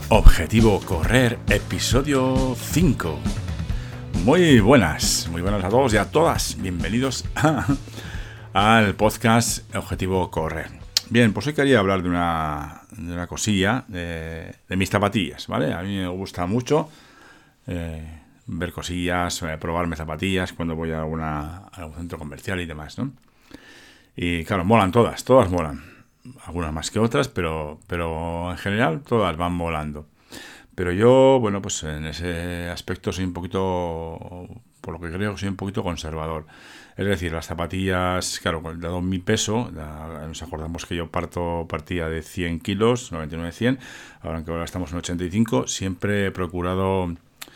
Objetivo Correr, episodio 5. Muy buenas a todos y a todas. Bienvenidos al podcast Objetivo Correr. Bien, pues hoy quería hablar de una cosilla de mis zapatillas, ¿vale? A mí me gusta mucho ver cosillas, probarme zapatillas cuando voy a algún centro comercial y demás, ¿no? Y claro, molan todas molan. Algunas más que otras, pero en general todas van volando. Pero yo, bueno, pues en ese aspecto soy un poquito, por lo que creo, soy un poquito conservador. Es decir, las zapatillas, claro, dado mi peso, nos acordamos que yo partía de 100 kilos, 99-100, ahora estamos en 85, siempre he procurado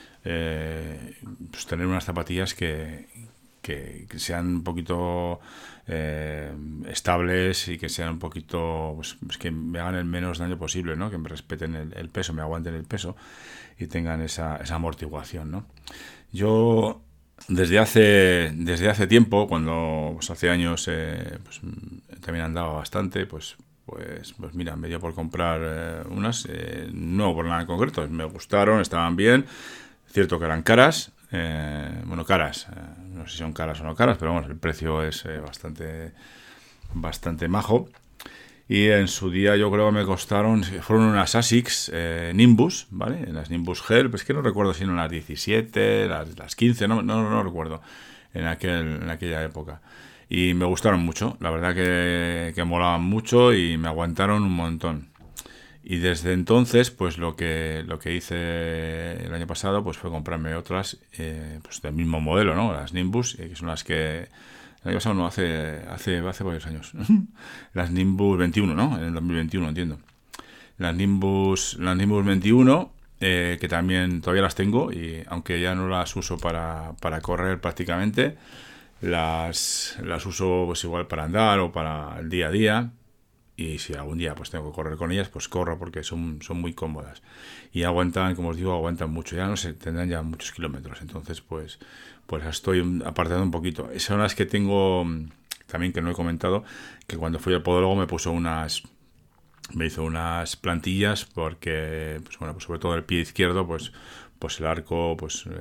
pues tener unas zapatillas que sean un poquito estables y que sean un poquito, pues que me hagan el menos daño posible, ¿no? Que me respeten el peso, me aguanten el peso y tengan esa amortiguación, ¿no? Yo desde hace tiempo, cuando pues hace años pues, también andaba bastante, pues mira, me dio por comprar unas, no por nada en concreto, me gustaron, estaban bien, cierto que eran caras. Caras, no sé si son caras o no caras, pero bueno, el precio es bastante majo. Y en su día yo creo que fueron unas Asics Nimbus, ¿vale? Las Nimbus Gel, pues que no recuerdo si eran las 17, las 15, no recuerdo, en aquella época. Y me gustaron mucho, la verdad que molaban mucho y me aguantaron un montón. Y desde entonces, pues lo que hice el año pasado, pues fue comprarme otras, pues del mismo modelo, ¿no? Las Nimbus, que son las que el año pasado no, hace varios años. Las Nimbus 21, ¿no? En el 2021, entiendo. Las Nimbus 21, que también todavía las tengo, y aunque ya no las uso para correr prácticamente, las uso pues igual para andar o para el día a día. Y si algún día pues tengo que correr con ellas, pues corro porque son muy cómodas. Y aguantan, como os digo, aguantan mucho. Ya no sé, tendrán ya muchos kilómetros. Entonces, pues estoy apartando un poquito. Esas son las que tengo, también que no he comentado, que cuando fui al podólogo me hizo unas plantillas porque, pues sobre todo el pie izquierdo, pues el arco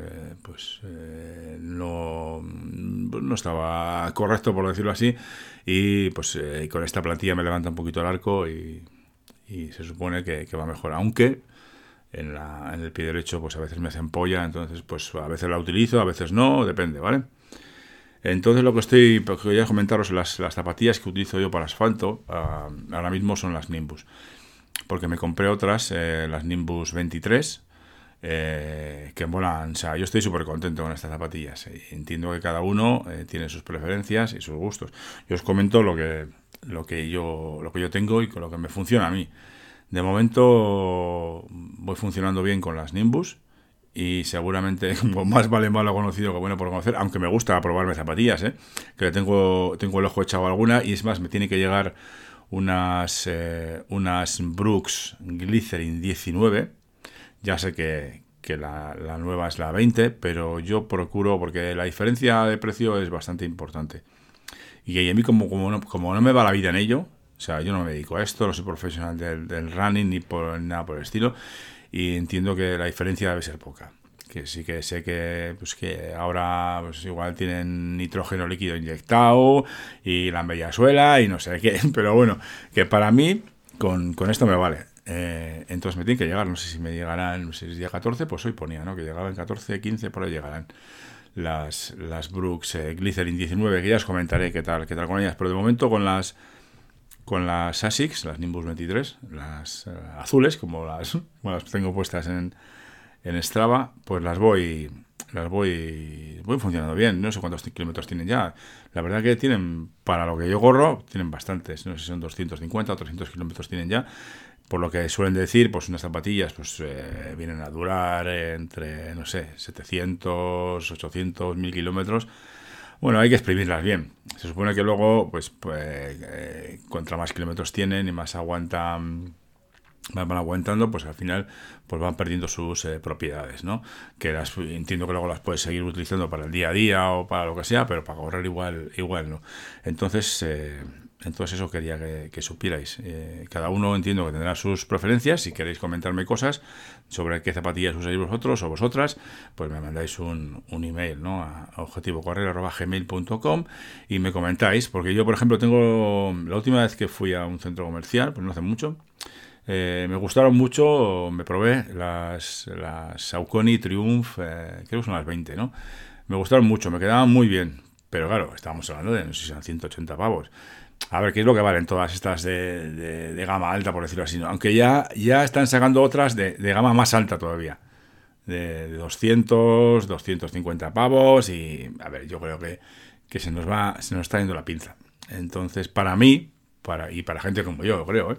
no estaba correcto, por decirlo así, y pues con esta plantilla me levanta un poquito el arco y se supone que va mejor, aunque en el pie derecho pues a veces me hace ampolla, entonces pues a veces la utilizo, a veces no, depende, ¿vale? Entonces lo que voy a comentaros, las zapatillas que utilizo yo para asfalto ahora mismo son las Nimbus, porque me compré otras, las Nimbus 23, que molan. O sea, yo estoy súper contento con estas zapatillas. Entiendo que cada uno tiene sus preferencias y sus gustos. Yo os comento lo que yo tengo y con lo que me funciona a mí. De momento voy funcionando bien con las Nimbus y seguramente más vale malo conocido que bueno por conocer, aunque me gusta probarme zapatillas, que tengo el ojo echado a alguna, y es más, me tiene que llegar unas Brooks Glycerin 19. Ya sé que la nueva es la 20, pero yo procuro, porque la diferencia de precio es bastante importante. Y a mí como no me va la vida en ello, o sea, yo no me dedico a esto, no soy profesional del running ni por nada por el estilo, y entiendo que la diferencia debe ser poca. Que sí que sé que ahora pues igual tienen nitrógeno líquido inyectado y la embellasuela y no sé qué, pero bueno, que para mí con esto me vale. Entonces me tienen que llegar, no sé si me llegarán, no sé si es día 14, pues hoy ponía, ¿no? Que llegaban 14, 15, por ahí llegarán las Brooks Glycerin 19, que ya os comentaré qué tal con ellas, pero de momento con las Asics, las Nimbus 23, las azules, como las tengo puestas en Strava, pues las voy funcionando bien. No sé cuántos kilómetros tienen ya. La verdad que tienen, para lo que yo corro, tienen bastantes. No sé si son 250 o 300 kilómetros tienen ya. Por lo que suelen decir, pues unas zapatillas pues vienen a durar entre, no sé, 700, 800, 1000 kilómetros. Bueno, hay que exprimirlas bien. Se supone que luego, pues contra más kilómetros tienen y más van aguantando, pues al final pues van perdiendo sus propiedades, ¿no? Que entiendo que luego las puedes seguir utilizando para el día a día o para lo que sea, pero para correr igual no. Entonces Entonces eso quería que supierais. Cada uno entiendo que tendrá sus preferencias. Si queréis comentarme cosas sobre qué zapatillas usáis vosotros o vosotras, pues me mandáis un email, ¿no? A objetivocorrer@gmail.com y me comentáis. Porque yo, por ejemplo, tengo la última vez que fui a un centro comercial, pues no hace mucho, me gustaron mucho, me probé las Saucony Triumph, creo que son las 20, ¿no? Me gustaron mucho, me quedaban muy bien. Pero claro, estábamos hablando de, no sé si son 180 pavos. A ver, ¿qué es lo que valen todas estas de gama alta, por decirlo así? ¿No? Aunque ya están sacando otras de gama más alta todavía. De 200, 250 pavos y, a ver, yo creo que se nos está yendo la pinza. Entonces, para mí, y para gente como yo creo,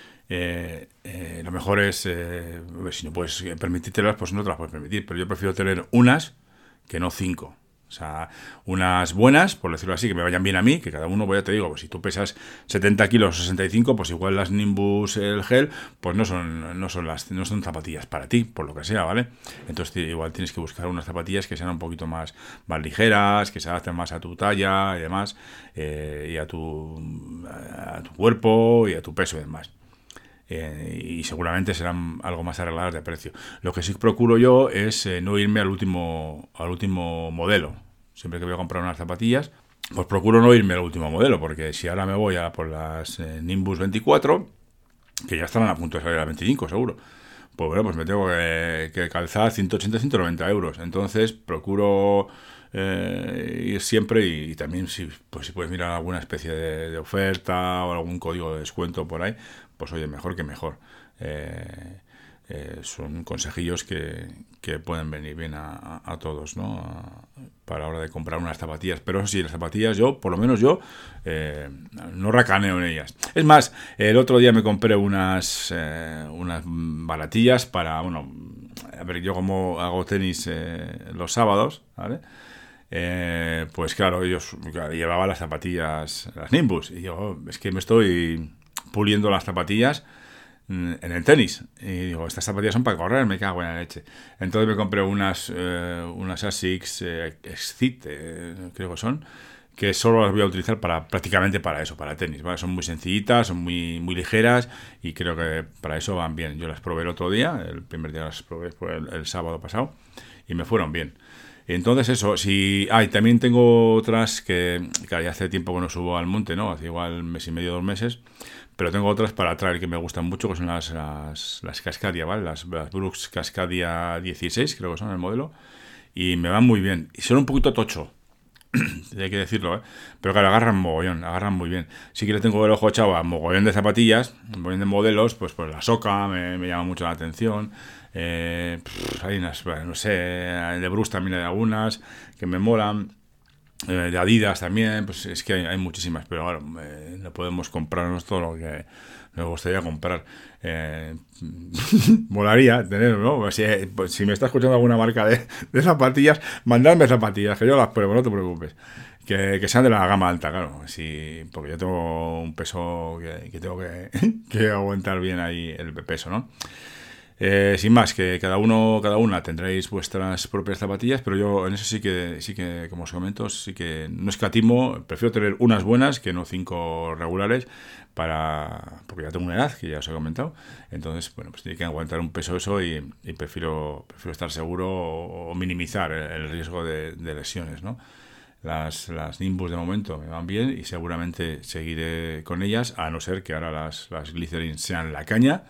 lo mejor es, si no puedes permitírtelas, pues no te las puedes permitir. Pero yo prefiero tener unas que no 5. O sea, unas buenas, por decirlo así, que me vayan bien a mí, que cada uno, pues ya te digo, pues si tú pesas 70 kilos o 65, pues igual las Nimbus, el gel, pues no son zapatillas para ti, por lo que sea, ¿vale? Entonces igual tienes que buscar unas zapatillas que sean un poquito más ligeras, que se adapten más a tu talla y demás, y a tu cuerpo y a tu peso y demás. Y seguramente serán algo más arregladas de precio. Lo que sí procuro yo es no irme al último modelo. Siempre que voy a comprar unas zapatillas, pues procuro no irme al último modelo, porque si ahora me voy a por las Nimbus 24, que ya estarán a punto de salir a 25 seguro, pues bueno, pues me tengo que calzar 180-190 euros. Entonces procuro ir siempre y también si puedes mirar alguna especie de oferta o algún código de descuento por ahí, pues oye, mejor que mejor. Son consejillos que pueden venir bien a todos, ¿no? Para la hora de comprar unas zapatillas. Pero sí, las zapatillas por lo menos yo, no racaneo en ellas. Es más, el otro día me compré unas baratillas para, bueno, a ver, yo como hago tenis los sábados, ¿vale? Pues claro, llevaba las zapatillas, las Nimbus, y yo, es que me estoy puliendo las zapatillas en el tenis, y digo, estas zapatillas son para correr, me cago en la leche. Entonces me compré unas Asics Excite, creo que son, que solo las voy a utilizar prácticamente para eso, para tenis, ¿vale? Son muy sencillitas, son muy, muy ligeras y creo que para eso van bien. Yo las probé el otro día, el primer día las probé fue el sábado pasado y me fueron bien. Entonces eso, y también tengo otras que ya hace tiempo que no subo al monte, ¿no? Hace igual mes y medio, 2 meses, pero tengo otras para trail que me gustan mucho, que son las Cascadia, ¿vale? Las Brooks Cascadia 16, creo que son el modelo, y me van muy bien. Y son un poquito tocho, hay que decirlo, ¿eh? Pero claro, agarran muy bien. Sí que le tengo el ojo echado a mogollón de zapatillas, mogollón de modelos, pues la Soca me llama mucho la atención. Hay unas, no sé, de Bruce también hay algunas que me molan, de Adidas también, pues es que hay muchísimas, pero claro, no podemos comprarnos todo lo que nos gustaría comprar. Molaría tener, ¿no? Si me está escuchando alguna marca de zapatillas, mandadme zapatillas, que yo las pruebo, no te preocupes. Que sean de la gama alta, claro, sí, porque yo tengo un peso que tengo que aguantar bien ahí el peso, ¿no? Sin más, que cada una tendréis vuestras propias zapatillas, pero yo en eso sí que, como os comento, sí que no escatimo, prefiero tener unas buenas que no 5 regulares, porque ya tengo una edad, que ya os he comentado, entonces, bueno, pues tiene que aguantar un peso eso y prefiero estar seguro o minimizar el riesgo de lesiones, ¿no? Las Nimbus de momento me van bien y seguramente seguiré con ellas, a no ser que ahora las Glycerin sean la caña,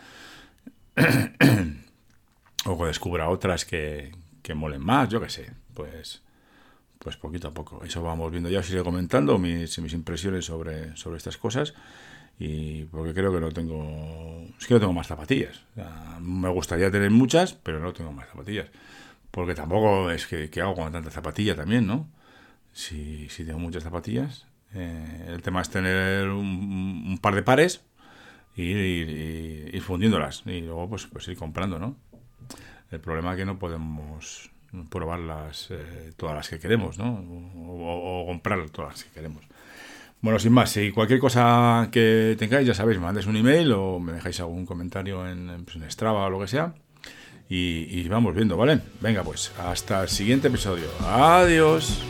o que descubra otras que molen más, yo qué sé, pues poquito a poco. Eso vamos viendo. Ya os iré comentando mis impresiones sobre estas cosas, y porque creo que no tengo más zapatillas. O sea, me gustaría tener muchas, pero no tengo más zapatillas, porque tampoco es que hago con tanta zapatilla también, ¿no? Si tengo muchas zapatillas, el tema es tener un par de pares y ir fundiéndolas y luego pues ir comprando, ¿no? El problema es que no podemos probarlas todas las que queremos, ¿no? O comprar todas las que queremos. Bueno, sin más, si cualquier cosa que tengáis, ya sabéis, me mandáis un email o me dejáis algún comentario en Strava o lo que sea, y vamos viendo, ¿vale? Venga, pues hasta el siguiente episodio. Adiós.